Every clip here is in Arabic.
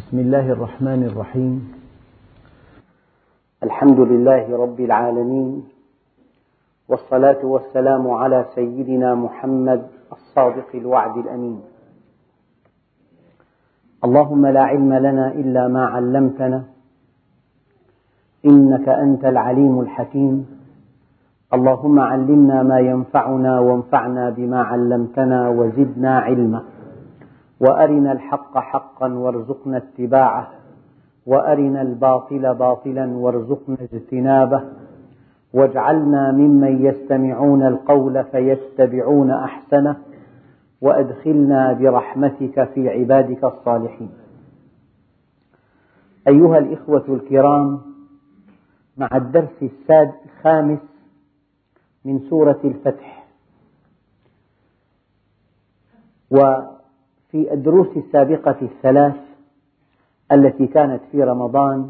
بسم الله الرحمن الرحيم. الحمد لله رب العالمين، والصلاة والسلام على سيدنا محمد الصادق الوعد الأمين. اللهم لا علم لنا إلا ما علمتنا إنك أنت العليم الحكيم. اللهم علمنا ما ينفعنا وانفعنا بما علمتنا وزدنا علما، وأرنا الحق حقا وارزقنا اتباعه، وأرنا الباطل باطلا وارزقنا اجتنابه، واجعلنا ممن يستمعون القول فيتبعون أحسنه، وأدخلنا برحمتك في عبادك الصالحين. أيها الإخوة الكرام، مع الدرس الخامس من سورة الفتح، وفي الدروس السابقة الثلاث التي كانت في رمضان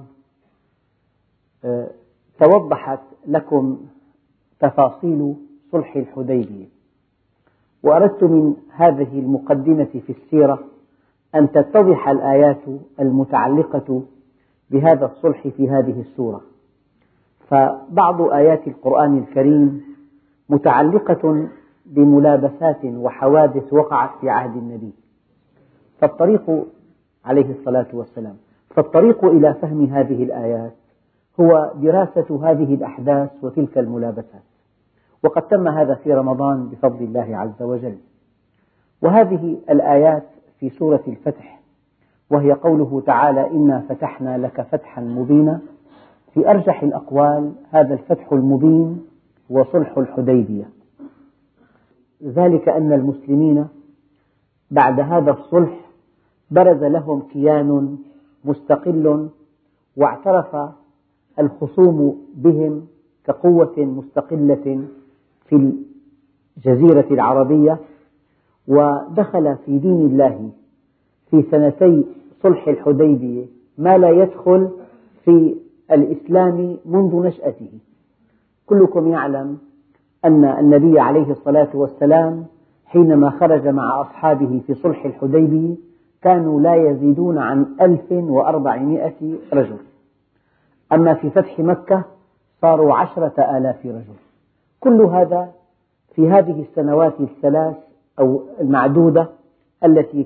توضحت لكم تفاصيل صلح الحديبية، وأردت من هذه المقدمة في السيرة أن تتضح الآيات المتعلقة بهذا الصلح في هذه السورة. فبعض آيات القرآن الكريم متعلقة بملابسات وحوادث وقعت في عهد النبي فالطريق عليه الصلاة والسلام، فالطريق إلى فهم هذه الآيات هو دراسة هذه الأحداث وتلك الملابسات، وقد تم هذا في رمضان بفضل الله عز وجل. وهذه الآيات في سورة الفتح، وهي قوله تعالى: إنا فتحنا لك فتحا مبينا. في أرجح الأقوال هذا الفتح المبين هو صلح الحديبية، ذلك أن المسلمين بعد هذا الصلح برز لهم كيان مستقل، واعترف الخصوم بهم كقوة مستقلة في الجزيرة العربية، ودخل في دين الله في سنتي صلح الحديبية ما لا يدخل في الإسلام منذ نشأته. كلكم يعلم أن النبي عليه الصلاة والسلام حينما خرج مع أصحابه في صلح الحديبية كانوا لا يزيدون عن 1400 رجل، أما في فتح مكة صاروا 10,000 رجل. كل هذا في هذه السنوات الثلاث أو المعدودة التي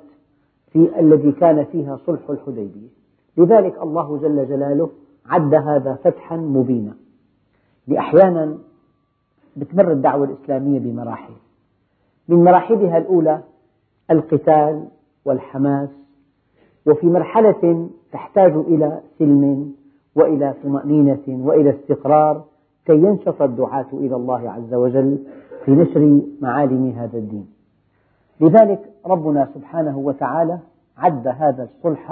كان فيها صلح الحديبية. لذلك الله جل جلاله عد هذا فتحا مبينا. أحيانا بتمر الدعوة الإسلامية بمراحل، من مراحلها الأولى القتال والحماس، وفي مرحلة تحتاج إلى سلم وإلى طمأنينة وإلى استقرار كي ينشط الدعاة إلى الله عز وجل في نشر معالم هذا الدين. لذلك ربنا سبحانه وتعالى عد هذا الصلح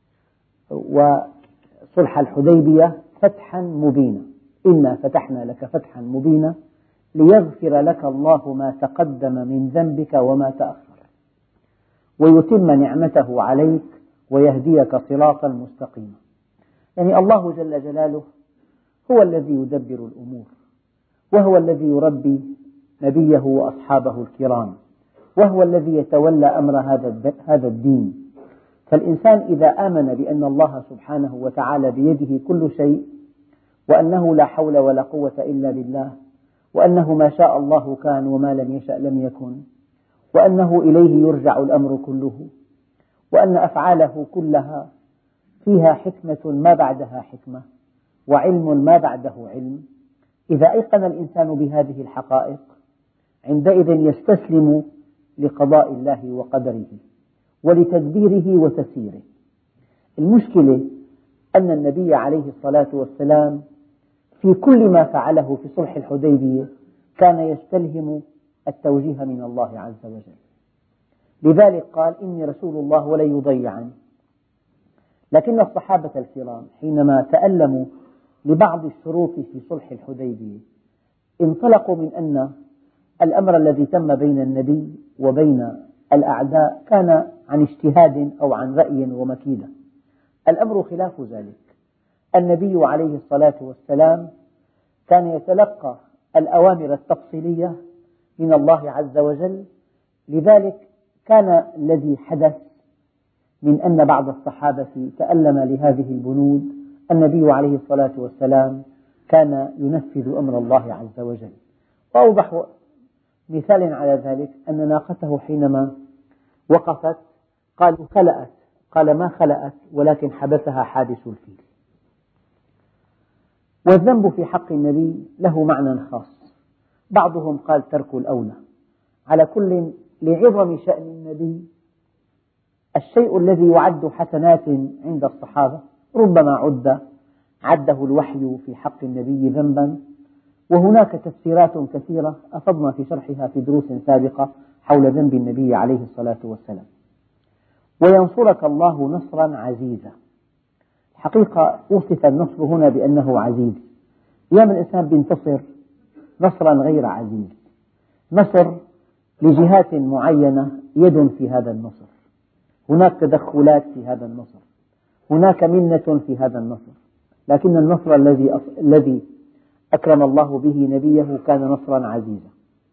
وصلح الحديبية فتحا مبينا. إنا فتحنا لك فتحا مبينا ليغفر لك الله ما تقدم من ذنبك وما تأخر، ويتم نعمته عليك ويهديك صراطا مستقيما. يعني الله جل جلاله هو الذي يدبر الأمور، وهو الذي يربي نبيه وأصحابه الكرام، وهو الذي يتولى أمر هذا الدين. فالإنسان إذا آمن بأن الله سبحانه وتعالى بيده كل شيء، وأنه لا حول ولا قوة إلا بالله، وأنه ما شاء الله كان وما لم يشأ لم يكن، وأنه إليه يرجع الأمر كله، وأن أفعاله كلها فيها حكمة ما بعدها حكمة، وعلم ما بعده علم. إذا أيقن الإنسان بهذه الحقائق عندئذ يستسلم لقضاء الله وقدره ولتدبيره وتسييره. المشكلة أن النبي عليه الصلاة والسلام في كل ما فعله في صلح الحديبية كان يستلهم التوجيه من الله عز وجل. لذلك قال: إني رسول الله ولن يضيعني. لكن الصحابة الكرام حينما تألموا لبعض الشروط في صلح الحديبية انطلقوا من أن الأمر الذي تم بين النبي وبين الأعداء كان عن اجتهاد أو عن رأي ومكيدة. الأمر خلاف ذلك. النبي عليه الصلاة والسلام كان يتلقى الأوامر التفصيلية من الله عز وجل. لذلك كان الذي حدث من أن بعض الصحابة تألم لهذه البنود، النبي عليه الصلاة والسلام كان ينفذ أمر الله عز وجل. وأوضح مثال على ذلك أن ناقته حينما وقفت قالوا خلأت، قال ما خلأت ولكن حبسها حابس الفيل. والذنب في حق النبي له معنى خاص، بعضهم قال ترك الأولى، على كل لعظم شأن النبي الشيء الذي يعد حسنات عند الصحابة ربما عده الوحي في حق النبي ذنبا، وهناك تفسيرات كثيرة أفضنا في شرحها في دروس سابقة حول ذنب النبي عليه الصلاة والسلام. وينصرك الله نصرا عزيزا، الحقيقة وصف النصر هنا بأنه عزيز، أيام الإنسان بينتصر نصرا غير عزيز، نصر لجهات معينة يد في هذا النصر، هناك تدخلات في هذا النصر، هناك منة في هذا النصر، لكن النصر الذي أكرم الله به نبيه كان نصرا عزيزا.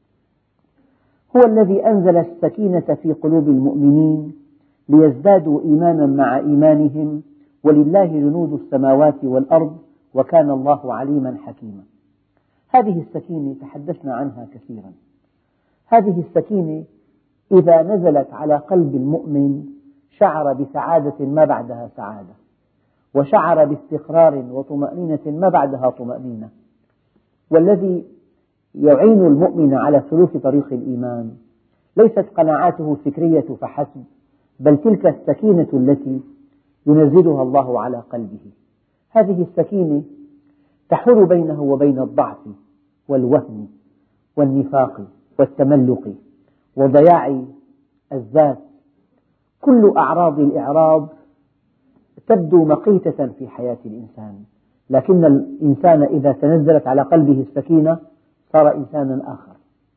هو الذي أنزل السكينة في قلوب المؤمنين ليزدادوا إيمانا مع إيمانهم ولله جنود السماوات والأرض وكان الله عليما حكيما. هذه السكينة تحدثنا عنها كثيرا، هذه السكينة إذا نزلت على قلب المؤمن شعر بسعادة ما بعدها سعادة، وشعر باستقرار وطمأنينة ما بعدها طمأنينة. والذي يعين المؤمن على سلوك طريق الإيمان ليست قناعاته الفكرية فحسب، بل تلك السكينة التي ينزلها الله على قلبه. هذه السكينة تحول بينه وبين الضعف والوهن والنفاق والتملق وضياع الذات، كل أعراض الإعراض تبدو مقيتة في حياة الإنسان، لكن الإنسان إذا تنزلت على قلبه السكينة صار إنسانا آخر.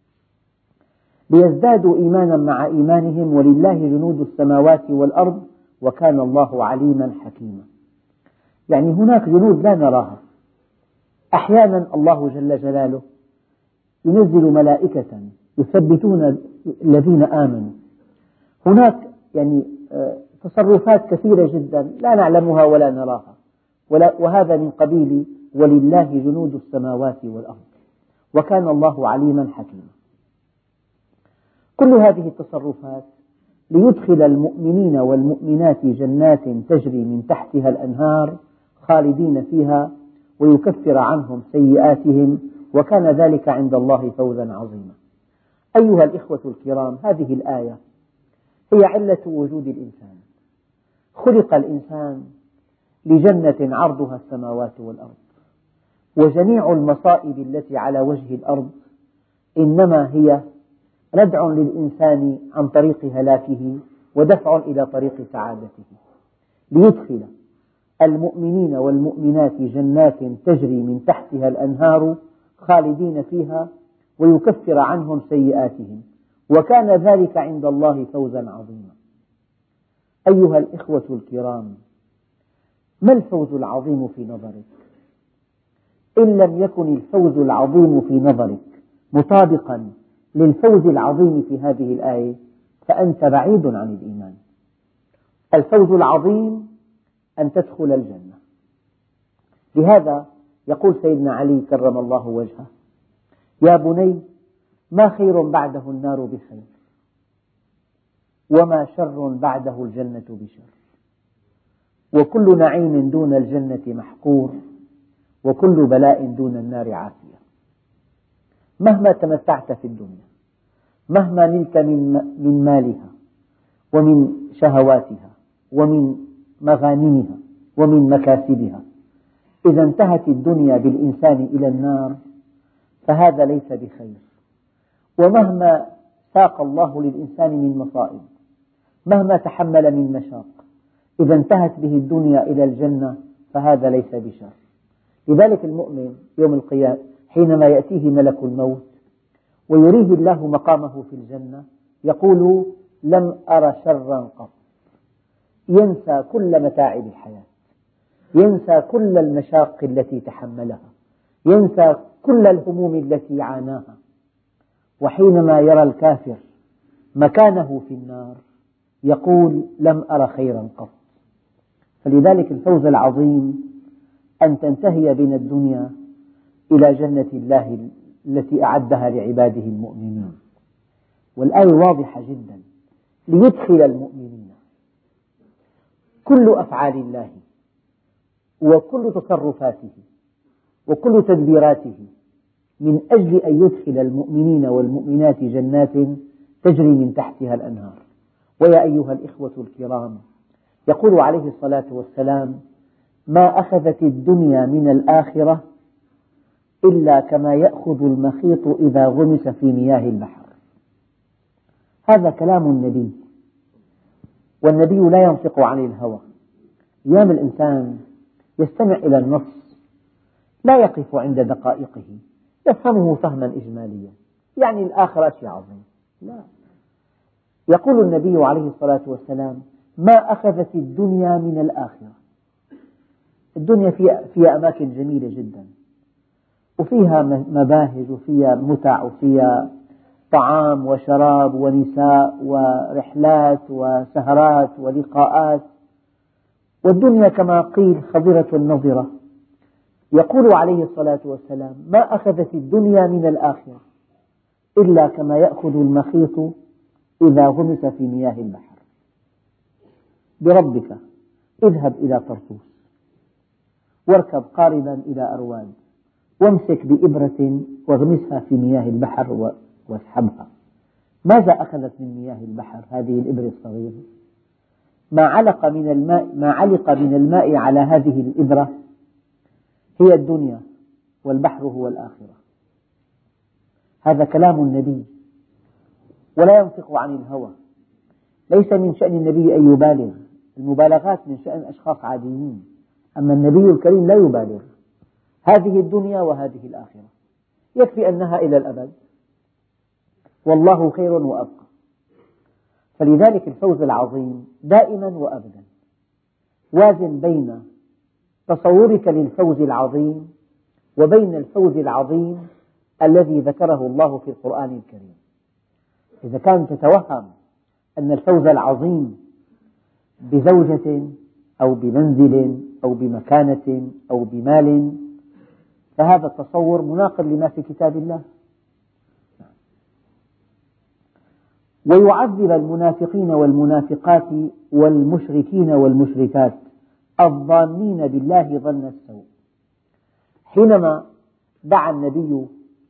ليزدادوا إيمانا مع إيمانهم ولله جنود السماوات والأرض وكان الله عليما حكيما. يعني هناك جنود لا نراها، أحيانا الله جل جلاله ينزل ملائكة يثبتون الذين آمنوا، هناك تصرفات كثيرة جدا لا نعلمها ولا نراها، وهذا من قبيل ولله جنود السماوات والأرض وكان الله عليما حكيما. كل هذه التصرفات ليدخل المؤمنين والمؤمنات جنات تجري من تحتها الأنهار خالدين فيها ويكفر عنهم سيئاتهم وكان ذلك عند الله فوزا عظيما. أيها الإخوة الكرام، هذه الآية هي علة وجود الإنسان. خلق الإنسان لجنة عرضها السماوات والأرض، وجميع المصائب التي على وجه الأرض إنما هي ردع للإنسان عن طريق هلاكه ودفع إلى طريق سعادته، ليدخل المؤمنين والمؤمنات جنات تجري من تحتها الأنهار خالدين فيها ويكفر عنهم سيئاتهم وكان ذلك عند الله فوزا عظيما. أيها الإخوة الكرام، ما الفوز العظيم في نظرك؟ إن لم يكن الفوز العظيم في نظرك مطابقا للفوز العظيم في هذه الآية فأنت بعيد عن الإيمان. الفوز العظيم أن تدخل الجنة. لهذا يقول سيدنا علي كرم الله وجهه: يا بني، ما خير بعده النار بخير، وما شر بعده الجنة بشر، وكل نعيم دون الجنة محقور، وكل بلاء دون النار عافية. مهما تمتعت في الدنيا، مهما نلت من مالها ومن شهواتها ومن مغانمها ومن مكاسبها، إذا انتهت الدنيا بالإنسان إلى النار فهذا ليس بخير. ومهما ساق الله للإنسان من مصائب، مهما تحمل من مشاق، إذا انتهت به الدنيا إلى الجنة فهذا ليس بشر. لذلك المؤمن يوم القيامة حينما يأتيه ملك الموت ويريه الله مقامه في الجنة يقول: لم أر شرا قط. ينسى كل متاعب الحياة، ينسى كل المشاق التي تحملها، ينسى كل الهموم التي عاناها. وحينما يرى الكافر مكانه في النار يقول لم أر خيرا قط. فلذلك الفوز العظيم أن تنتهي بين الدنيا إلى جنة الله التي أعدها لعباده المؤمنين. والآية واضحة جدا، ليدخل المؤمنين كل أفعال الله وكل تصرفاته وكل تدبيراته من أجل أن يدخل المؤمنين والمؤمنات جنات تجري من تحتها الأنهار. ويا أيها الإخوة الكرام، يقول عليه الصلاة والسلام: ما أخذت الدنيا من الآخرة إلا كما يأخذ المخيط إذا غمس في مياه البحر. هذا كلام النبي، والنبي لا ينطق عن الهوى. أيام الإنسان يستمع إلى النص، لا يقف عند دقائقه، يفهمه فهما إجماليا، يعني الآخرة شيء عظيم. لا، يقول النبي عليه الصلاة والسلام: ما أخذت الدنيا من الآخرة. الدنيا فيها أماكن جميلة جدا، وفيها مباهج وفيها متع وفيها طعام وشراب ونساء ورحلات وسهرات ولقاءات، والدنيا كما قيل خضرة نضرة. يقول عليه الصلاة والسلام: ما أخذت الدنيا من الآخرة إلا كما يأخذ المخيط إذا غمس في مياه البحر. بربك اذهب إلى طرطوس واركب قاربا إلى أروان وامسك بإبرة واغمسها في مياه البحر واسحبها. ماذا أخذت من مياه البحر هذه الإبرة الصغيرة؟ ما علق من الماء على هذه الإبرة هي الدنيا، والبحر هو الآخرة. هذا كلام النبي ولا ينطق عن الهوى. ليس من شأن النبي أن يبالغ، المبالغات من شأن أشخاص عاديين، أما النبي الكريم لا يبالغ. هذه الدنيا وهذه الآخرة، يكفي أنها إلى الأبد، والله خير وأبقى. فلذلك الفوز العظيم دائما وأبدا. وازن بين تصورك للفوز العظيم وبين الفوز العظيم الذي ذكره الله في القرآن الكريم. إذا كانت تتوهم أن الفوز العظيم بزوجة أو بمنزل أو بمكانة أو بمال، فهذا التصور مناقض لما في كتاب الله. ويعذب المنافقين والمنافقات والمشركين والمشركات الظانين بالله ظن السوء. حينما دعا النبي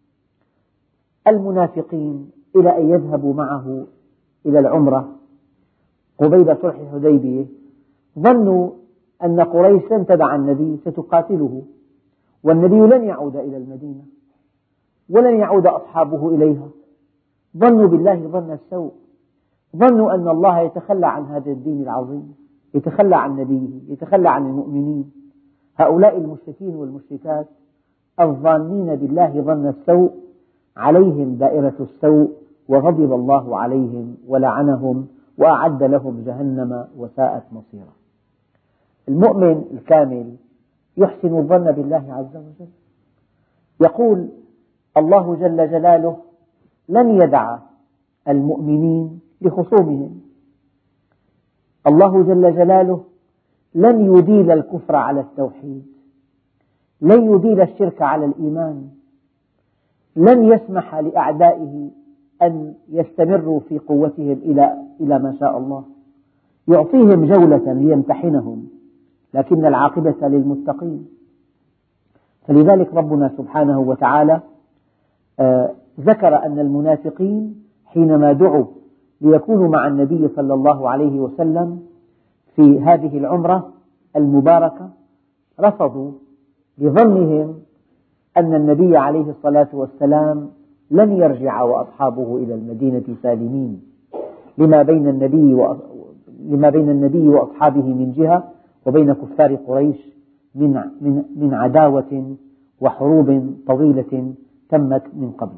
المنافقين إلى أن يذهبوا معه إلى العمرة قبيل صلح الحديبية، ظنوا أن قريش لن تدع النبي، ستقاتله، والنبي لن يعود إلى المدينة ولن يعود أصحابه إليها. ظنوا بالله ظن السوء، ظنوا أن الله يتخلى عن هذا الدين العظيم، يتخلى عن نبيه، يتخلى عن المؤمنين. هؤلاء المشركين والمشركات الظانين بالله ظن السوء عليهم دائرة السوء، وغضب الله عليهم ولعنهم وأعد لهم جهنم وساءت مصيرا. المؤمن الكامل يحسن الظن بالله عز وجل. يقول الله جل جلاله: لن يدع المؤمنين لخصومهم. الله جل جلاله لن يديل الكفر على التوحيد، لن يديل الشرك على الإيمان، لن يسمح لأعدائه أن يستمروا في قوتهم إلى ما شاء الله. يعطيهم جولة ليمتحنهم، لكن العاقبة للمتقين. فلذلك ربنا سبحانه وتعالى ذكر أن المنافقين حينما دعوا ليكونوا مع النبي صلى الله عليه وسلم في هذه العمرة المباركة رفضوا، لظنهم أن النبي عليه الصلاة والسلام لن يرجع وأصحابه إلى المدينة سالمين، لما بين النبي وأصحابه من جهة، وبين كفار قريش من عداوة وحروب طويلة تمت من قبل.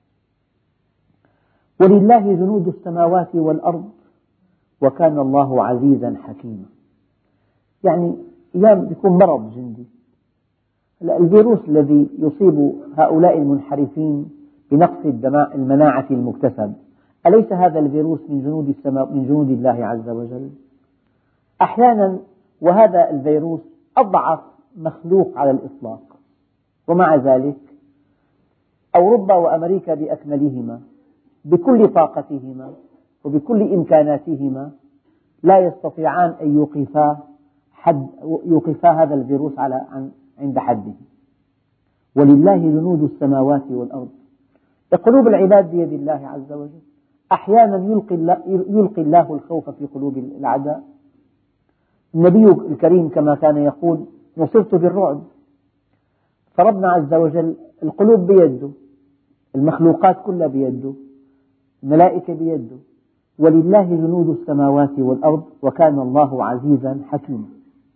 ولله جنود السماوات والأرض وكان الله عزيزا حكيما. يعني أيام يكون مرض جندي، الفيروس الذي يصيب هؤلاء المنحرفين بنقص المناعة المكتسب أليس هذا الفيروس من جنود السماء من جنود الله عز وجل؟ أحيانا، وهذا الفيروس أضعف مخلوق على الإطلاق، ومع ذلك أوروبا وأمريكا بأكملهما بكل طاقتهما وبكل إمكاناتهما لا يستطيعان أن يوقفا هذا الفيروس عند حده. ولله جنود السماوات والأرض. قلوب العباد بيد الله عز وجل. أحيانا يلقي الله الخوف في قلوب الأعداء. النبي الكريم كما كان يقول: نصرت بالرعب. فربنا عز وجل القلوب بيده، المخلوقات كلها بيده، الملائكة بيده. ولله جنود السماوات والأرض وكان الله عزيزا حكيما.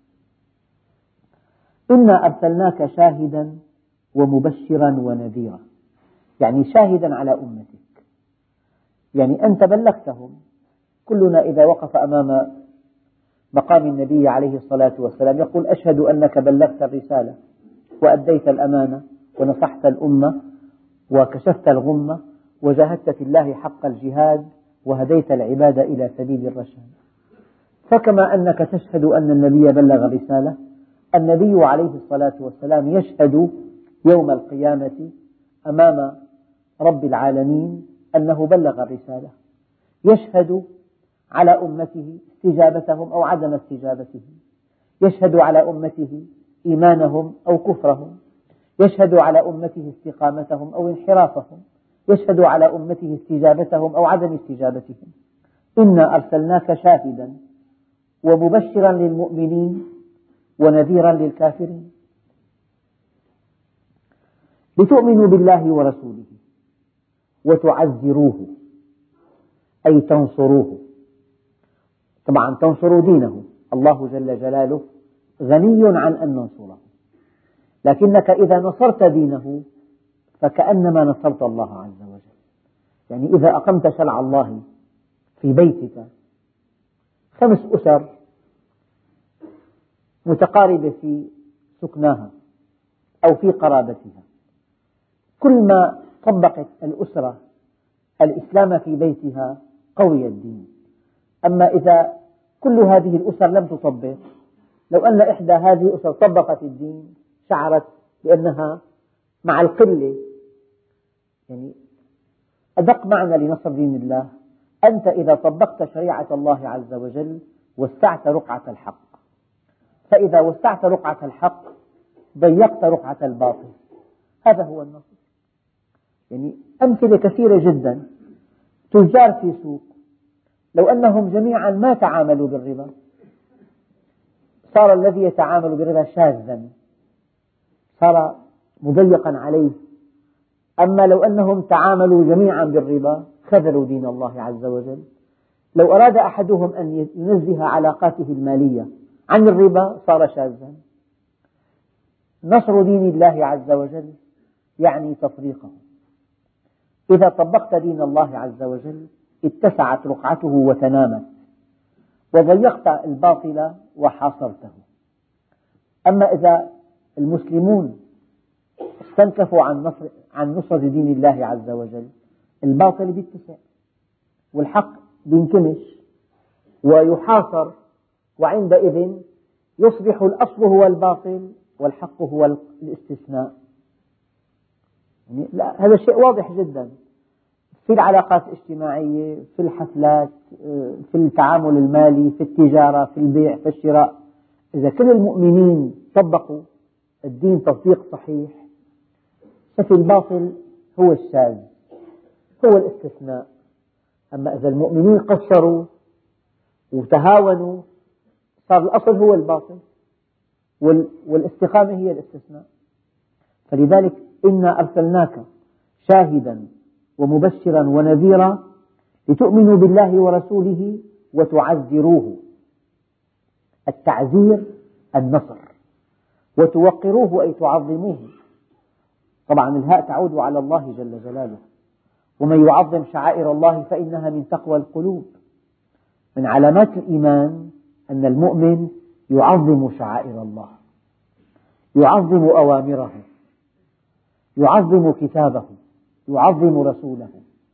إنا أرسلناك شاهدا ومبشرا ونذيرا، يعني شاهدا على أمتك، يعني أنت بلغتهم. كلنا إذا وقف أمام مقام النبي عليه الصلاة والسلام يقول: أشهد أنك بلغت الرسالة وأديت الأمانة ونصحت الأمة وكشفت الغمة وجاهدت في الله حق الجهاد وهديت العباد إلى سبيل الرشاد. فكما أنك تشهد أن النبي بلغ الرسالة، النبي عليه الصلاة والسلام يشهد يوم القيامة أمام رب العالمين أنه بلغ الرسالة، يشهد على أمته استجابتهم أو عدم استجابتهم، يشهد على أمته إيمانهم أو كفرهم، يشهد على أمته استقامتهم أو انحرافهم، يشهد على أمته استجابتهم أو عدم استجابتهم. إنا أرسلناك شاهدا ومبشرا للمؤمنين ونذيرا للكافرين لتؤمنوا بالله ورسوله وتعزروه، أي تنصروه. طبعا تنصروا دينه، الله جل جلاله غني عن أن ننصره، لكنك إذا نصرت دينه فكأنما نصرت الله عز وجل. يعني إذا أقمت شرع الله في بيتك، 5 أسر متقاربة في سكناها أو في قرابتها، كل ما طبقت الأسرة الإسلام في بيتها قوي الدين. أما إذا كل هذه الأسر لم تطبق، لو أن إحدى هذه الأسر طبقت الدين شعرت بأنها مع القلة. يعني أدق معنى لنصر دين الله: أنت إذا طبقت شريعة الله عز وجل وسعت رقعة الحق، فإذا وسعت رقعة الحق ضيقت رقعة الباطل. هذا هو النصر. يعني أمثلة كثيرة جدا. تجار في سوق لو أنهم جميعا ما تعاملوا بالربا صار الذي يتعامل بالربا شاذا، صار مضيقا عليه. أما لو أنهم تعاملوا جميعا بالربا خذلوا دين الله عز وجل. لو أراد أحدهم أن ينزه علاقاته المالية عن الربا صار شاذا. نصر دين الله عز وجل يعني تطبيقه. إذا طبقت دين الله عز وجل اتسعت رقعته وتنامت، وضيقت الباطل وحاصرته. أما إذا المسلمون استنكفوا عن نصرة دين الله عز وجل، الباطل يتسع والحق ينكمش ويحاصر، وعندئذ يصبح الأصل هو الباطل والحق هو الاستثناء. يعني لا، هذا شيء واضح جدا في العلاقات الاجتماعية، في الحفلات، في التعامل المالي، في التجارة، في البيع، في الشراء. إذا كل المؤمنين طبقوا الدين تطبيق صحيح، ففي الباطل هو الشاذ، هو الاستثناء. أما إذا المؤمنين قصروا وتهاونوا صار الأصل هو الباطل والاستقامة هي الاستثناء. فلذلك إنا أرسلناك شاهدا ومبشرا ونذيرا لتؤمنوا بالله ورسوله وتعزروه. التعزير النصر، وتوقروه أي تعظموه. طبعا الهاء تعود على الله جل جلاله. ومن يعظم شعائر الله فإنها من تقوى القلوب. من علامات الإيمان أن المؤمن يعظم شعائر الله، يعظم أوامره، يعظم كتابه، يعظم رسوله،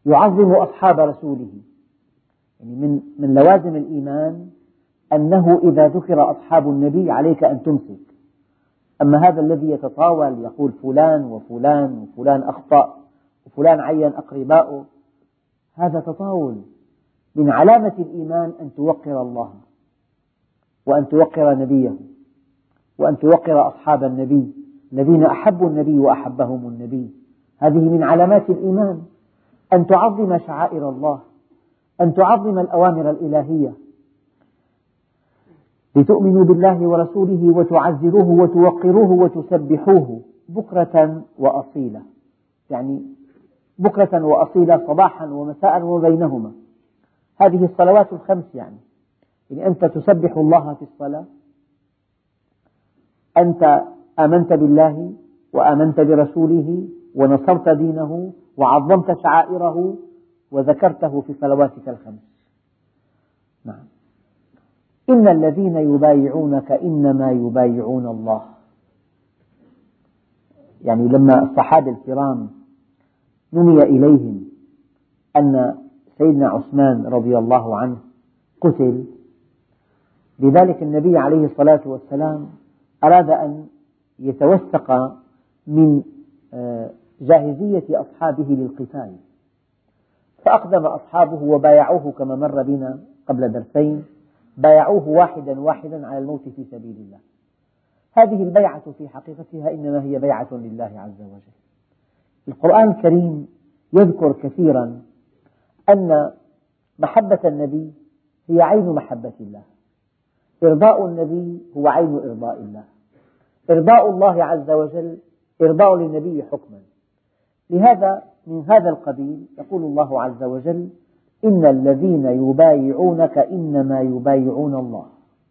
يعظم أصحاب رسوله. يعني من لوازم الإيمان أنه إذا ذكر أصحاب النبي عليك أن تمسك. أما هذا الذي يتطاول يقول فلان وفلان وفلان أخطأ وفلان عين أقرباؤه، هذا تطاول. من علامة الإيمان أن توقر الله، وأن توقر نبيه، وأن توقر أصحاب النبي الذين أحبوا النبي وأحبهم النبي. هذه من علامات الإيمان، أن تعظم شعائر الله، أن تعظم الأوامر الإلهية، لتؤمنوا بالله ورسوله وتعزروه وتوقروه وتسبحوه بكرة وأصيلا. يعني بكرة وأصيلا، صباحا ومساء وبينهما. هذه الصلوات الخمس. يعني أنت تسبح الله في الصلاة، أنت آمنت بالله وآمنت برسوله ونصرت دينه وعظمت شعائره وذكرته في صلواتك الخمس. نعم. إن الذين يبايعونك إنما يبايعون الله. يعني لما الصحابة الكرام نمي إليهم أن سيدنا عثمان رضي الله عنه قتل، لذلك النبي عليه الصلاة والسلام أراد أن يتوثق من جاهزية أصحابه للقتال، فأقدم أصحابه وبايعوه كما مر بنا قبل درسين، بايعوه واحدا واحدا على الموت في سبيل الله. هذه البيعة في حقيقتها إنما هي بيعة لله عز وجل. القرآن الكريم يذكر كثيرا أن محبة النبي هي عين محبة الله، إرضاء النبي هو عين إرضاء الله، إرضاء الله عز وجل إرضاء للنبي حكما. لهذا من هذا القبيل يقول الله عز وجل: إن الذين يبايعونك إنما يبايعون الله.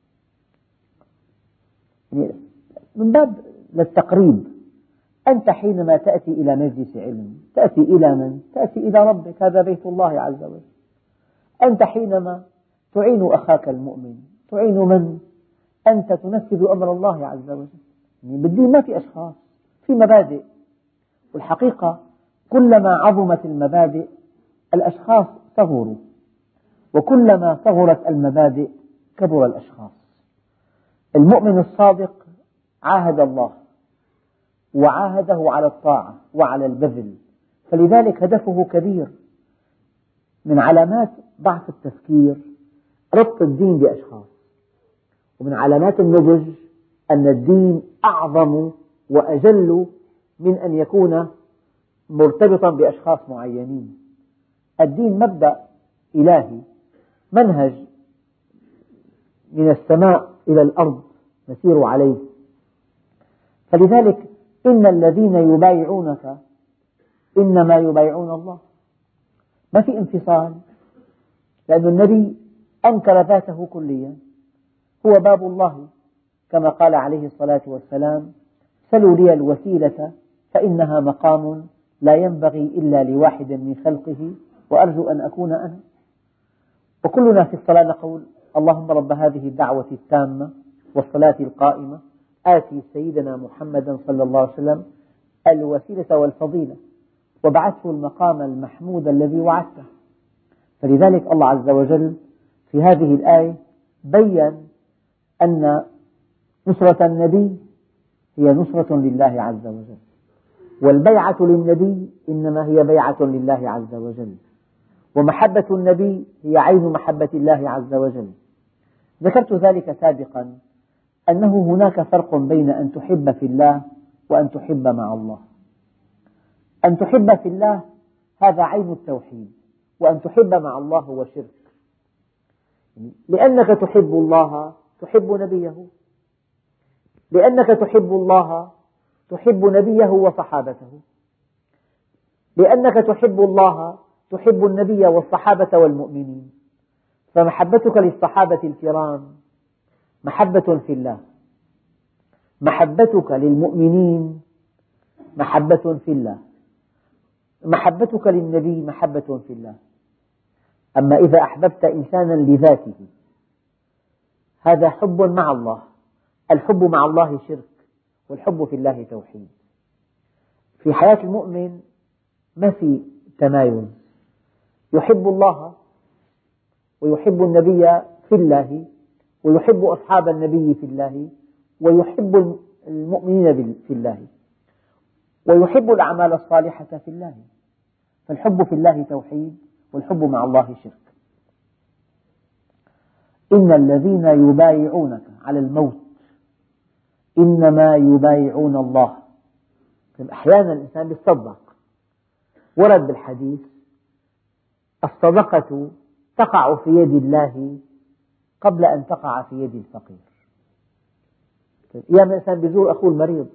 من باب للتقريب، أنت حينما تأتي إلى مجلس علم تأتي إلى من؟ تأتي إلى ربك، هذا بيت الله عز وجل. أنت حينما تعين أخاك المؤمن تعين من؟ أنت تنفذ أمر الله عز وجل. بالدين ما في أشخاص، في مبادئ، والحقيقة كلما عظمت المبادئ الأشخاص صغروا، وكلما صغرت المبادئ كبر الأشخاص. المؤمن الصادق عاهد الله وعاهده على الطاعة وعلى البذل، فلذلك هدفه كبير. من علامات ضعف التفكير ربط الدين بأشخاص، ومن علامات النضج أن الدين أعظم وأجل من أن يكون مرتبطا بأشخاص معينين. الدين مبدأ إلهي، منهج من السماء إلى الأرض نسير عليه. فلذلك إن الذين يبايعونك إنما يبايعون الله. ما في انفصال، لأن النبي أنكر ذاته كليا، هو باب الله كما قال عليه الصلاة والسلام: سلوا لي الوسيلة فإنها مقام لا ينبغي إلا لواحد من خلقه وأرجو أن أكون أنا. وكلنا في الصلاة نقول: اللهم رب هذه الدعوة التامة والصلاة القائمة آتي سيدنا محمدا صلى الله عليه وسلم الوسيلة والفضيلة وابعثه المقام المحمود الذي وعدته. فلذلك الله عز وجل في هذه الآية بيّن أن نصرة النبي هي نصرة لله عز وجل، والبيعة للنبي إنما هي بيعة لله عز وجل، ومحبة النبي هي عين محبة الله عز وجل. ذكرت ذلك سابقا، أنه هناك فرق بين أن تحب في الله وأن تحب مع الله. أن تحب في الله هذا عين التوحيد، وأن تحب مع الله هو شرك. لأنك تحب الله تحب نبيه، لأنك تحب الله تحب نبيه وصحابته، لأنك تحب الله تحب النبي والصحابة والمؤمنين. فمحبتك للصحابة الكرام محبة في الله، محبتك للمؤمنين محبة في الله، محبتك للنبي محبة في الله. أما إذا أحببت إنسانا لذاته هذا حب مع الله. الحب مع الله شرك، والحب في الله توحيد. في حياة المؤمن ما في تمايز، يحب الله ويحب النبي في الله، ويحب أصحاب النبي في الله، ويحب المؤمنين في الله، ويحب الأعمال الصالحة في الله. فالحب في الله توحيد، والحب مع الله شرك. إن الذين يبايعونك على الموت إنما يبايعون الله. أحيانا الإنسان يصدق، ورد بالحديث: الصدقة تقع في يد الله قبل أن تقع في يد الفقير. أيام الإنسان يزور أخوه المريض،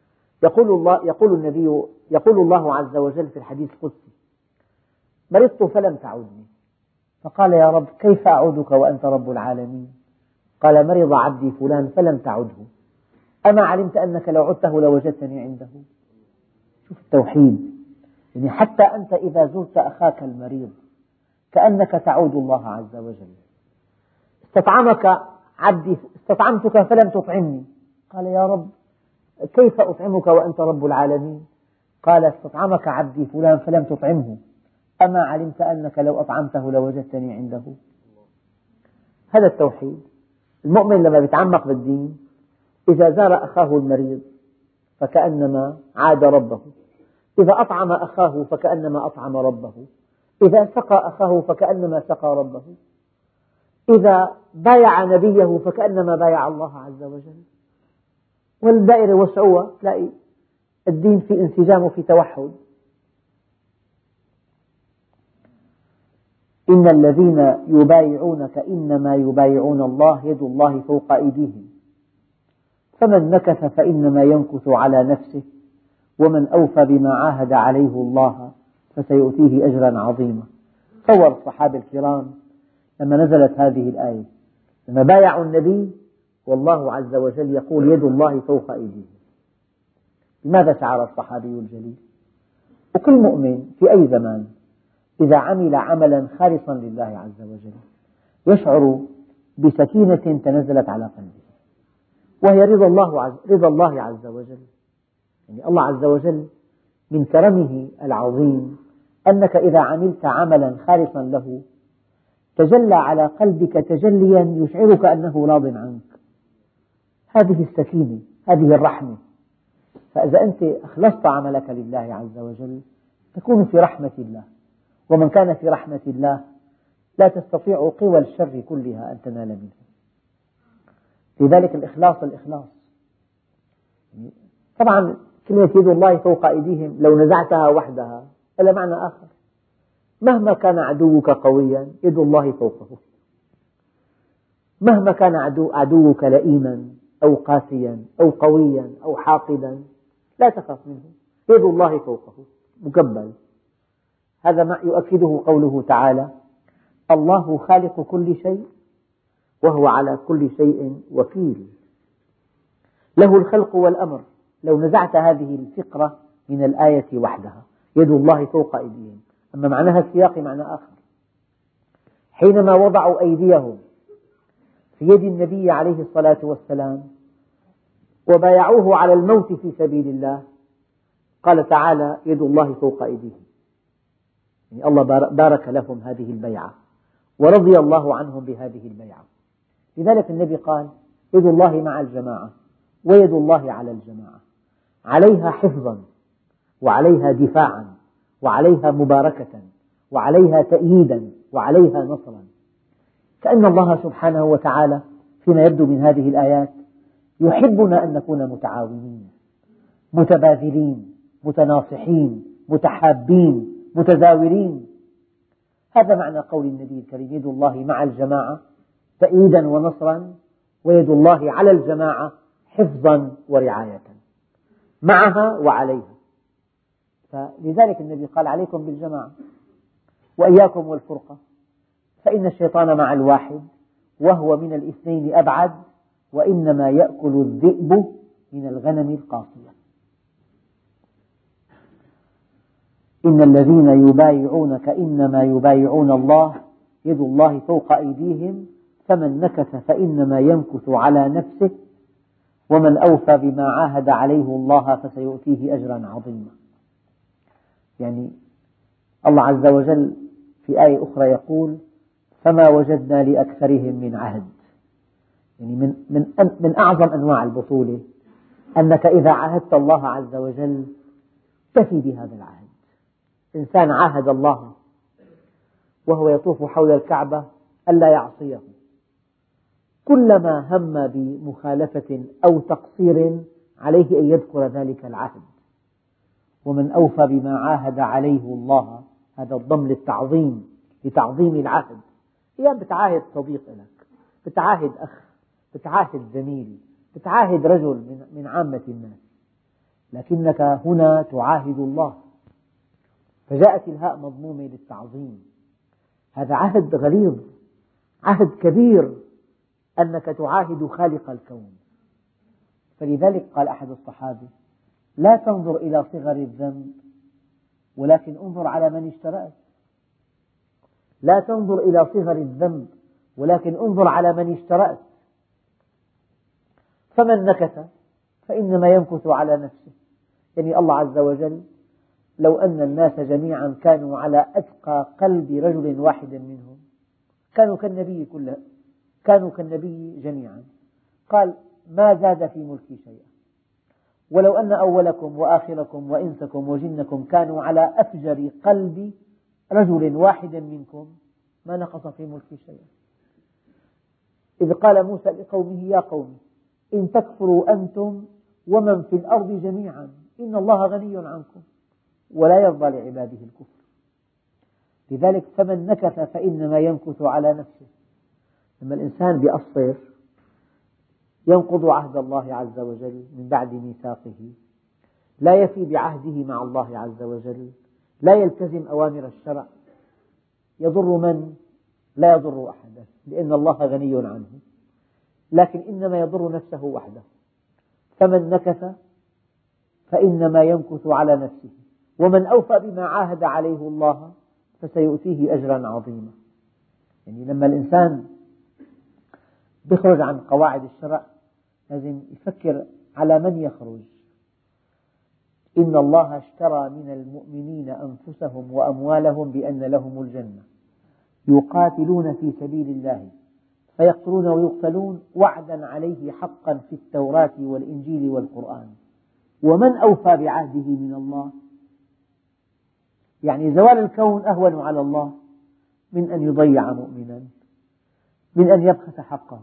يقول الله عز وجل في الحديث القدسي: مرضت فلم تعدني، فقال: يا رب كيف أعودك وأنت رب العالمين؟ قال: مرض عبدي فلان فلم تعده، أما علمت أنك لو عدته لوجدتني عنده؟ شوف التوحيد، يعني حتى أنت إذا زرت أخاك المريض كأنك تعود الله عز وجل. استطعمك عبدي، استطعمتك فلم تطعمني، قال: يا رب كيف أطعمك وأنت رب العالمين؟ قال: استطعمك عبدي فلان فلم تطعمه، أما علمت أنك لو أطعمته لوجدتني عنده؟ هذا التوحيد. المؤمن لما يتعمق بالدين إذا زار أخاه المريض فكأنما عاد ربه، إذا أطعم أخاه فكأنما أطعم ربه، إذا سقى أخاه فكأنما سقى ربه، إذا بايع نبيه فكأنما بايع الله عز وجل. والدائرة وسعوها، تلاقي الدين في انسجام وفي توحد. إن الذين يبايعونك إنما يبايعون الله يد الله فوق أيديهم فمن نكث فإنما ينكث على نفسه ومن أوفى بما عاهد عليه الله فسيؤتيه أجرا عظيما. تصور الصحابة الكرام لما نزلت هذه الآية، لما بايعوا النبي والله عز وجل يقول يد الله فوق أيديهم، لماذا شعر الصحابي الجليل؟ وكل مؤمن في أي زمان إذا عمل عملا خالصا لله عز وجل يشعر بسكينة تنزلت على قلبه، وهي رضا الله عز وجل. يعني الله عز وجل من كرمه العظيم أنك إذا عملت عملا خالصا له تجلى على قلبك تجليا يشعرك أنه راض عنك. هذه السكينة، هذه الرحمة. فإذا أنت أخلصت عملك لله عز وجل تكون في رحمة الله، ومن كان في رحمة الله لا تستطيع قوى الشر كلها أن تنال منه. لذلك الإخلاص طبعا كلمة يد الله فوق أيديهم لو نزعتها وحدها لها معنى آخر. مهما كان عدوك قويا يد الله فوقه، مهما كان عدوك لئيما أو قاسيا أو قويا أو حاقدا لا تخف منه، يد الله فوقه مكبل. هذا ما يؤكده قوله تعالى: الله خالق كل شيء وهو على كل شيء وكيل، له الخلق والأمر. لو نزعت هذه الفقرة من الآية وحدها يد الله فوق أيديهم، أما معناها السياقي معنى آخر. حينما وضعوا أيديهم في يد النبي عليه الصلاة والسلام وبايعوه على الموت في سبيل الله قال تعالى: يد الله فوق أيديهم، يعني الله بارك لهم هذه البيعة ورضي الله عنهم بهذه البيعة. لذلك النبي قال: يد الله مع الجماعة ويد الله على الجماعة، عليها حفظا وعليها دفاعا وعليها مباركة وعليها تأييدا وعليها نصرا. كأن الله سبحانه وتعالى فيما يبدو من هذه الآيات يحبنا أن نكون متعاونين متباذلين متناصحين متحابين متزاورين. هذا معنى قول النبي الكريم: يد الله مع الجماعة تأييدا ونصرا، ويد الله على الجماعة حفظا ورعاية، معها وعليها. فلذلك النبي قال: عليكم بالجماعة وإياكم والفرقة، فإن الشيطان مع الواحد وهو من الاثنين أبعد، وإنما يأكل الذئب من الغنم القاصية. إن الذين يبايعونك إنما يبايعون الله يد الله فوق أيديهم فمن نكث فإنما ينكث على نفسه ومن أوفى بما عاهد عليه الله فسيؤتيه أجرا عظيما. يعني الله عز وجل في آية أخرى يقول فما وجدنا لأكثرهم من عهد. يعني من أعظم أنواع البطولة أنك إذا عاهدت الله عز وجل تفي بهذا العهد. إنسان عاهد الله وهو يطوف حول الكعبة ألا يعصيه، كلما هم بمخالفة أو تقصير عليه أن يذكر ذلك العهد. ومن أوفى بما عاهد عليه الله، هذا الضم للتعظيم، لتعظيم العهد. أيام بتعاهد صديق لك، بتعاهد أخ، بتعاهد زميل، بتعاهد رجل من عامة الناس، لكنك هنا تعاهد الله، فجاءت الهاء مضمومة للتعظيم. هذا عهد غليظ، عهد كبير، أنك تعاهد خالق الكون. فلذلك قال أحد الصحابة لا تنظر إلى صغر الذنب ولكن انظر على من اشترأت. لا تنظر إلى صغر الذنب ولكن انظر على من اشترأت. فمن نكث فإنما يمكث على نفسه. يعني الله عز وجل لو أن الناس جميعا كانوا على أتقى قلب رجل واحد منهم كانوا كالنبي جميعا. قال ما زاد في ملكي شيئا، ولو أن أولكم وآخركم وإنسكم وجنكم كانوا على أفجر قلب رجل واحد منكم ما نقص في ملكي شيئا. إذ قال موسى لقومه يا قوم إن تكفروا أنتم ومن في الأرض جميعا إن الله غني عنكم ولا يرضى لعباده الكفر. لذلك فمن نكث فإنما ينكث على نفسه. لما الإنسان يقصر ينقض عهد الله عز وجل من بعد ميثاقه، لا يفي بعهده مع الله عز وجل، لا يلتزم أوامر الشرع، يضر من؟ لا يضر أحدا، لأن الله غني عنه، لكن إنما يضر نفسه وحده. فمن نكث فإنما ينكث على نفسه، ومن أوفى بما عاهد عليه الله فسيؤتيه أجرا عظيما. يعني لما الإنسان يخرج عن قواعد الشرع لازم يفكر على من يخرج. إن الله اشترى من المؤمنين أنفسهم وأموالهم بأن لهم الجنة يقاتلون في سبيل الله فيقتلون ويقتلون وعدا عليه حقا في التوراة والإنجيل والقرآن ومن أوفى بعهده من الله. يعني زوال الكون أهون على الله من أن يضيع مؤمنا، من أن يبخس حقه،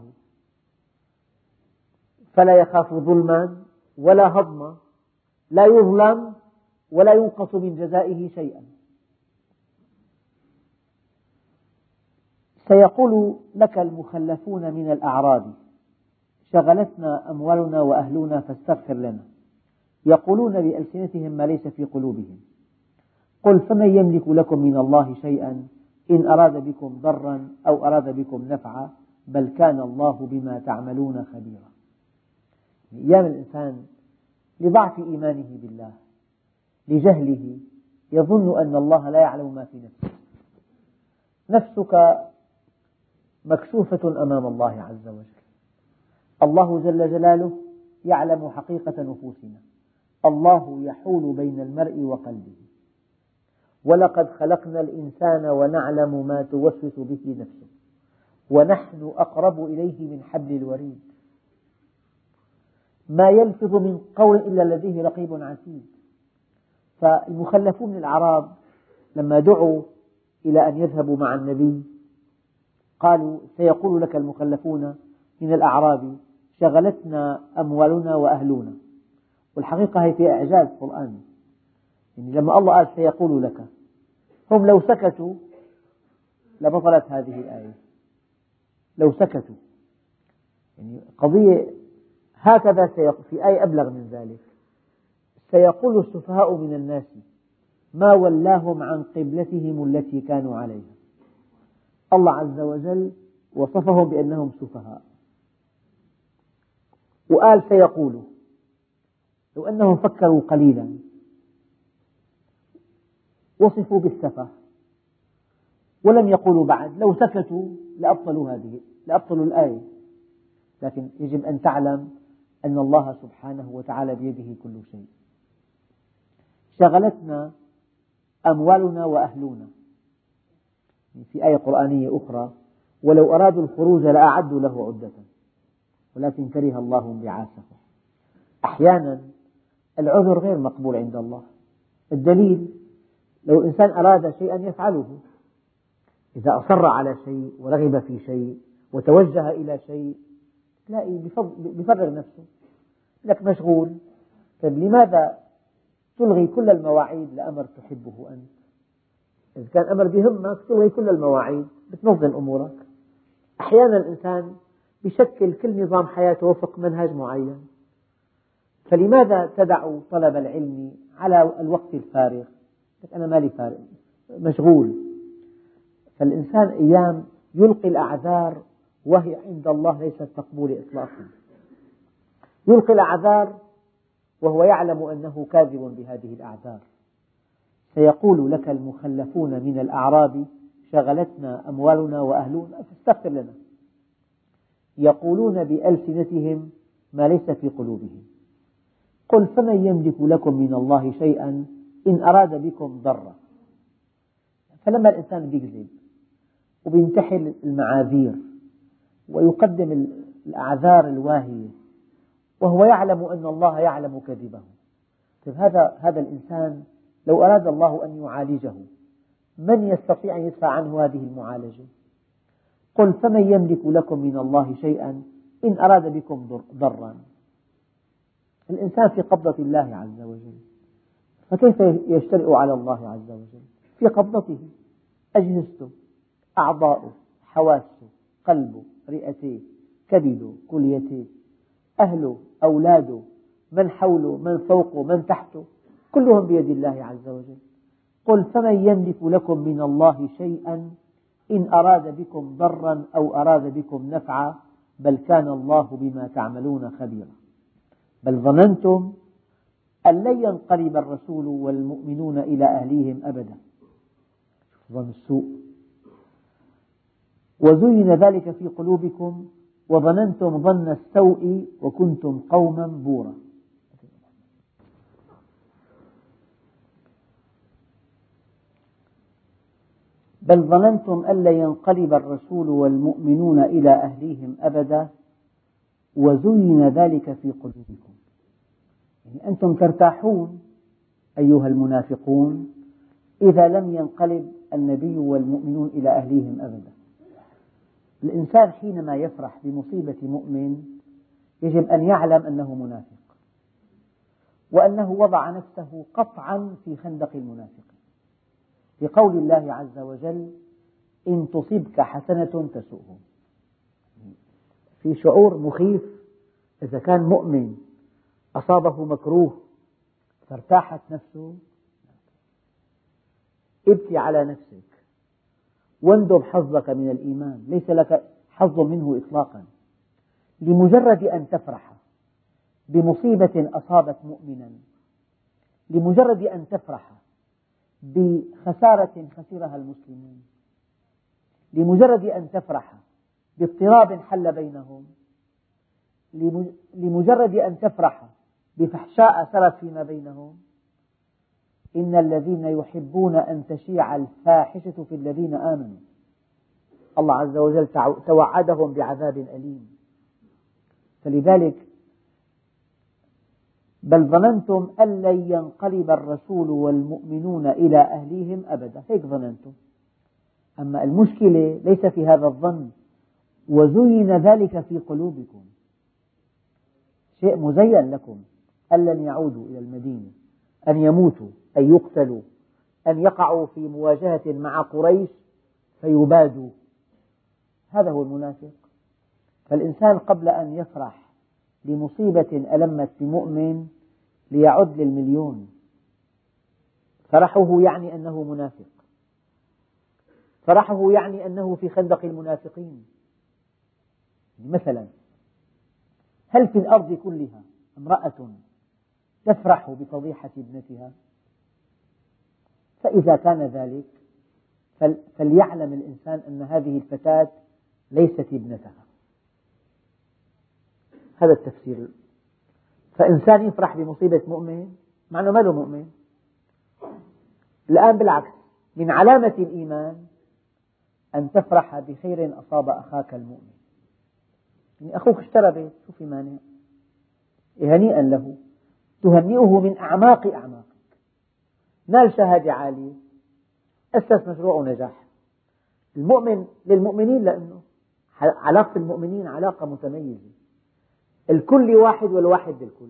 فلا يخاف ظلما ولا هضما، لا يظلم ولا ينقص من جزائه شيئا. سيقول لك المخلفون من الأعراب شغلتنا أموالنا وأهلنا فاستغفر لنا، يقولون بألسنتهم ما ليس في قلوبهم. قل فمن يملك لكم من الله شيئا إن أراد بكم ضرا أو أراد بكم نفعا بل كان الله بما تعملون خبيرا. أيام الإنسان لضعف إيمانه بالله، لجهله، يظن أن الله لا يعلم ما في نفسه. نفسك مكشوفة أمام الله عز وجل. الله جل جلاله يعلم حقيقة نفوسنا. الله يحول بين المرء وقلبه. ولقد خلقنا الإنسان ونعلم ما توسوس به نفسه ونحن أقرب إليه من حبل الوريد. ما يلفظ من قول إلا لديه رقيب عتيد. فالمخلفون من الأعراب لما دعوا إلى أن يذهبوا مع النبي قالوا سيقول لك المخلفون من الأعراب شغلتنا أموالنا وأهلنا. والحقيقة هي في إعجاز قرآني. يعني لما الله قال سيقول لك، هم لو سكتوا لبطلت هذه الآية. لو سكتوا يعني قضية هكذا في آية أبلغ من ذلك. سيقول السفهاء من الناس ما ولاهم عن قبلتهم التي كانوا عليها. الله عز وجل وصفهم بأنهم سفهاء وقال سيقولوا. لو أنهم فكروا قليلا وصفوا بالسفه ولم يقولوا بعد، لو سكتوا لأبطلوا الآية. لكن يجب أن تعلم أن الله سبحانه وتعالى بيده كل شيء. شغلتنا أموالنا وأهلنا. في آية قرآنية أخرى: ولو أرادوا الخروج لأعدوا له عدة ولكن كره الله انبعاثهم. أحيانا العذر غير مقبول عند الله. الدليل: لو الإنسان أراد شيئا يفعله، إذا أصر على شيء ورغب في شيء وتوجه إلى شيء تلاقي بفرغ نفسه. لك مشغول، طيب لماذا تلغي كل المواعيد لأمر تحبه أنت؟ إذا كان أمر بيهمك تلغي كل المواعيد، بتنظم أمورك. أحيانا الإنسان بيشكل كل نظام حياته وفق منهج معين، فلماذا تدع طلب العلم على الوقت الفارغ؟ أنا مالي فارغ، مشغول. فالإنسان أيام يلقي الأعذار وهي عند الله ليست مقبولة إطلاقا. يلقي الأعذار وهو يعلم أنه كاذب بهذه الأعذار. سيقول لك المخلفون من الأعراب: شغلتنا أموالنا وأهلنا فاستغفر لنا. يقولون بألسنتهم ما ليس في قلوبهم. قل فمن يملك لكم من الله شيئا إن أراد بكم ضرا. فلما الإنسان يكذب وينتحل المعاذير ويقدم الأعذار الواهية وهو يعلم أن الله يعلم كذبه، هذا الإنسان لو أراد الله أن يعالجه من يستطيع أن يدفع عنه هذه المعالجة؟ قل فمن يملك لكم من الله شيئا إن أراد بكم ضرا. الإنسان في قبضة الله عز وجل، فكيف يجترئ على الله عز وجل؟ في قبضته أجهزته، أعضاؤه، حواسه، قلبه، رئتيه، كبده، كليتيه، أهله، أولاده، من حوله، من فوقه، من تحته، كلهم بيد الله عز وجل. قل فمن يملك لكم من الله شيئا إن أراد بكم ضرا أو أراد بكم نفعا بل كان الله بما تعملون خبيرا. بل ظننتم أن لن ينقلب الرسول والمؤمنون إلى أهليهم أبدا. ظن السوء. وزين ذلك في قلوبكم وظننتم ظن السوء وكنتم قوما بورا. بل ظننتم أن لن ينقلب الرسول والمؤمنون إلى أهليهم أبدا وزين ذلك في قلوبكم. يعني أنتم ترتاحون أيها المنافقون إذا لم ينقلب النبي والمؤمنون إلى أهليهم أبدا. الإنسان حينما يفرح بمصيبة مؤمن يجب أن يعلم أنه منافق، وأنه وضع نفسه قطعا في خندق المنافقين، لقول الله عز وجل: إن تصبك حسنة تسؤهم. في شعور مخيف إذا كان مؤمن أصابه مكروه فارتاحت نفسه. ابكي على نفسك واندب حظك من الإيمان، ليس لك حظ منه إطلاقا. لمجرد أن تفرح بمصيبة أصابت مؤمنا، لمجرد أن تفرح بخسارة خسرها المسلمون، لمجرد أن تفرح باضطراب حل بينهم، لمجرد أن تفرح بفحشاء سرت فيما بينهم. إن الذين يحبون أن تشيع الفاحشة في الذين آمنوا، الله عز وجل توعدهم بعذاب أليم. فلذلك بل ظننتم أن لن ينقلب الرسول والمؤمنون إلى أهليهم أبدا، هيك ظننتم. أما المشكلة ليس في هذا الظن. وزين ذلك في قلوبكم، شيء مزين لكم أن لن يعودوا إلى المدينة، أن يموتوا، أن يقتلوا، أن يقعوا في مواجهة مع قريش فيبادوا. هذا هو المنافق. فالإنسان قبل أن يفرح لمصيبة ألمت بمؤمن ليعد للمليون. فرحه يعني أنه منافق، فرحه يعني أنه في خندق المنافقين. مثلا هل في الأرض كلها امرأة تفرح بفضيحة ابنتها؟ فإذا كان ذلك فليعلم الإنسان أن هذه الفتاة ليست ابنتها. هذا التفسير. فإنسان يفرح بمصيبة مؤمن مع أنه ما له مؤمن. الآن بالعكس، من علامة الإيمان أن تفرح بخير أصاب أخاك المؤمن. يعني أخوك اشترى بيت، شو في مانع؟ هنيئا له، تهنئه من أعماق أعماقك. نال شهادة عالية، أسس مشروع ونجح. المؤمن للمؤمنين، لأنه علاقة المؤمنين علاقة متميزة، الكل واحد والواحد للكل.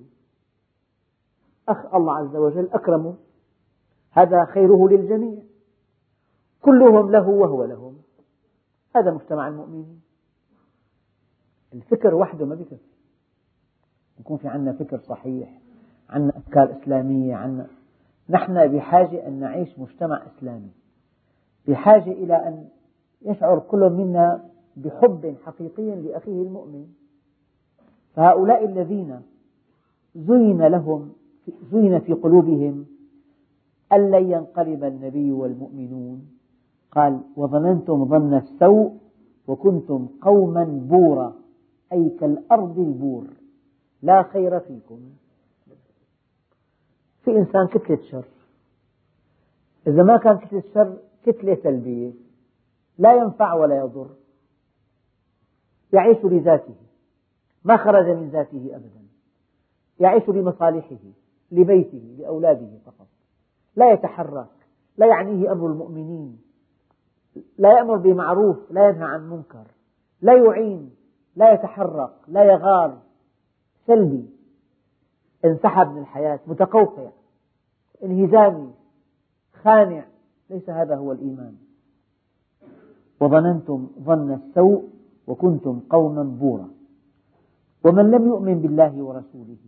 الله عز وجل أكرمه، هذا خيره للجميع، كلهم له وهو لهم. هذا مجتمع المؤمنين. الفكر وحده ما بكفي، يكون في عندنا فكر صحيح، عندنا أفكار إسلامية، نحن بحاجة أن نعيش مجتمع إسلامي، بحاجة إلى أن يشعر كل منا بحب حقيقي لأخيه المؤمن. فهؤلاء الذين زين في قلوبهم أن لن ينقلب النبي والمؤمنون، قال: وظننتم ظن السوء وكنتم قوما بورا، أي كالأرض البور، لا خير فيكم. في إنسان كتلة شر، إذا ما كان كتلة شر كتلة سلبية، لا ينفع ولا يضر، يعيش لذاته، ما خرج من ذاته أبدا، يعيش لمصالحه، لبيته، لأولاده فقط، لا يتحرك، لا يعنيه أمر المؤمنين، لا يأمر بمعروف، لا ينهى عن منكر، لا يعين، لا يتحرك، لا يغار، سلبي، انسحب من الحياة، متقوقع، انهزامي، خانع. ليس هذا هو الإيمان. وظننتم ظن السوء وكنتم قوما بورا. ومن لم يؤمن بالله ورسوله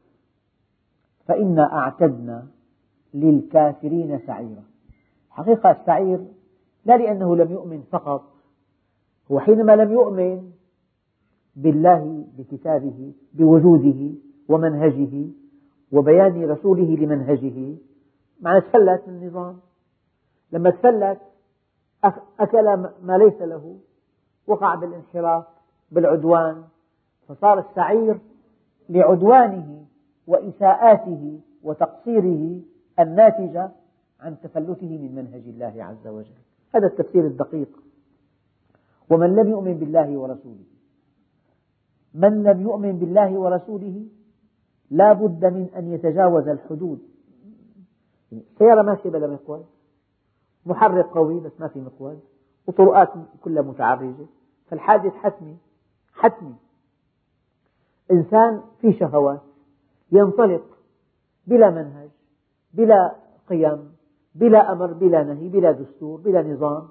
فإنا أعتدنا للكافرين سعيرا. حقيقة السعير لا لأنه لم يؤمن فقط، هو حينما لم يؤمن بالله، بكتابه، بوجوده ومنهجه وبيان رسوله لمنهجه، معنى تفلت من النظام. لما تفلت أكل ما ليس له، وقع بالانحراف، بالعدوان، فصار السعير لعدوانه وإساءاته وتقصيره الناتجة عن تفلته من منهج الله عز وجل. هذا التفسير الدقيق. ومن لم يؤمن بالله ورسوله، من لم يؤمن بالله ورسوله لا بد من أن يتجاوز الحدود. سيارة ماشية بلا مقود، محرك قوي بس ما في مقود، وطرقات كلها متعرجة، فالحادث حتمي. إنسان في شهوات ينطلق بلا منهج، بلا قيم، بلا أمر، بلا نهي، بلا دستور، بلا نظام،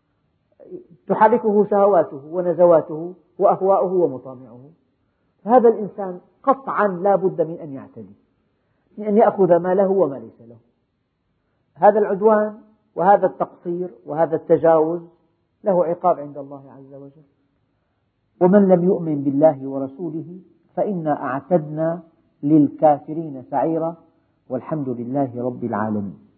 تحركه شهواته ونزواته وأهواؤه ومطامعه. هذا الإنسان قطعا لا بد من أن يعتدي، من أن يأخذ ما له وما ليس له. هذا العدوان وهذا التقصير وهذا التجاوز له عقاب عند الله عز وجل. ومن لم يؤمن بالله ورسوله فإنا أعتدنا للكافرين سعيرا، والحمد لله رب العالمين.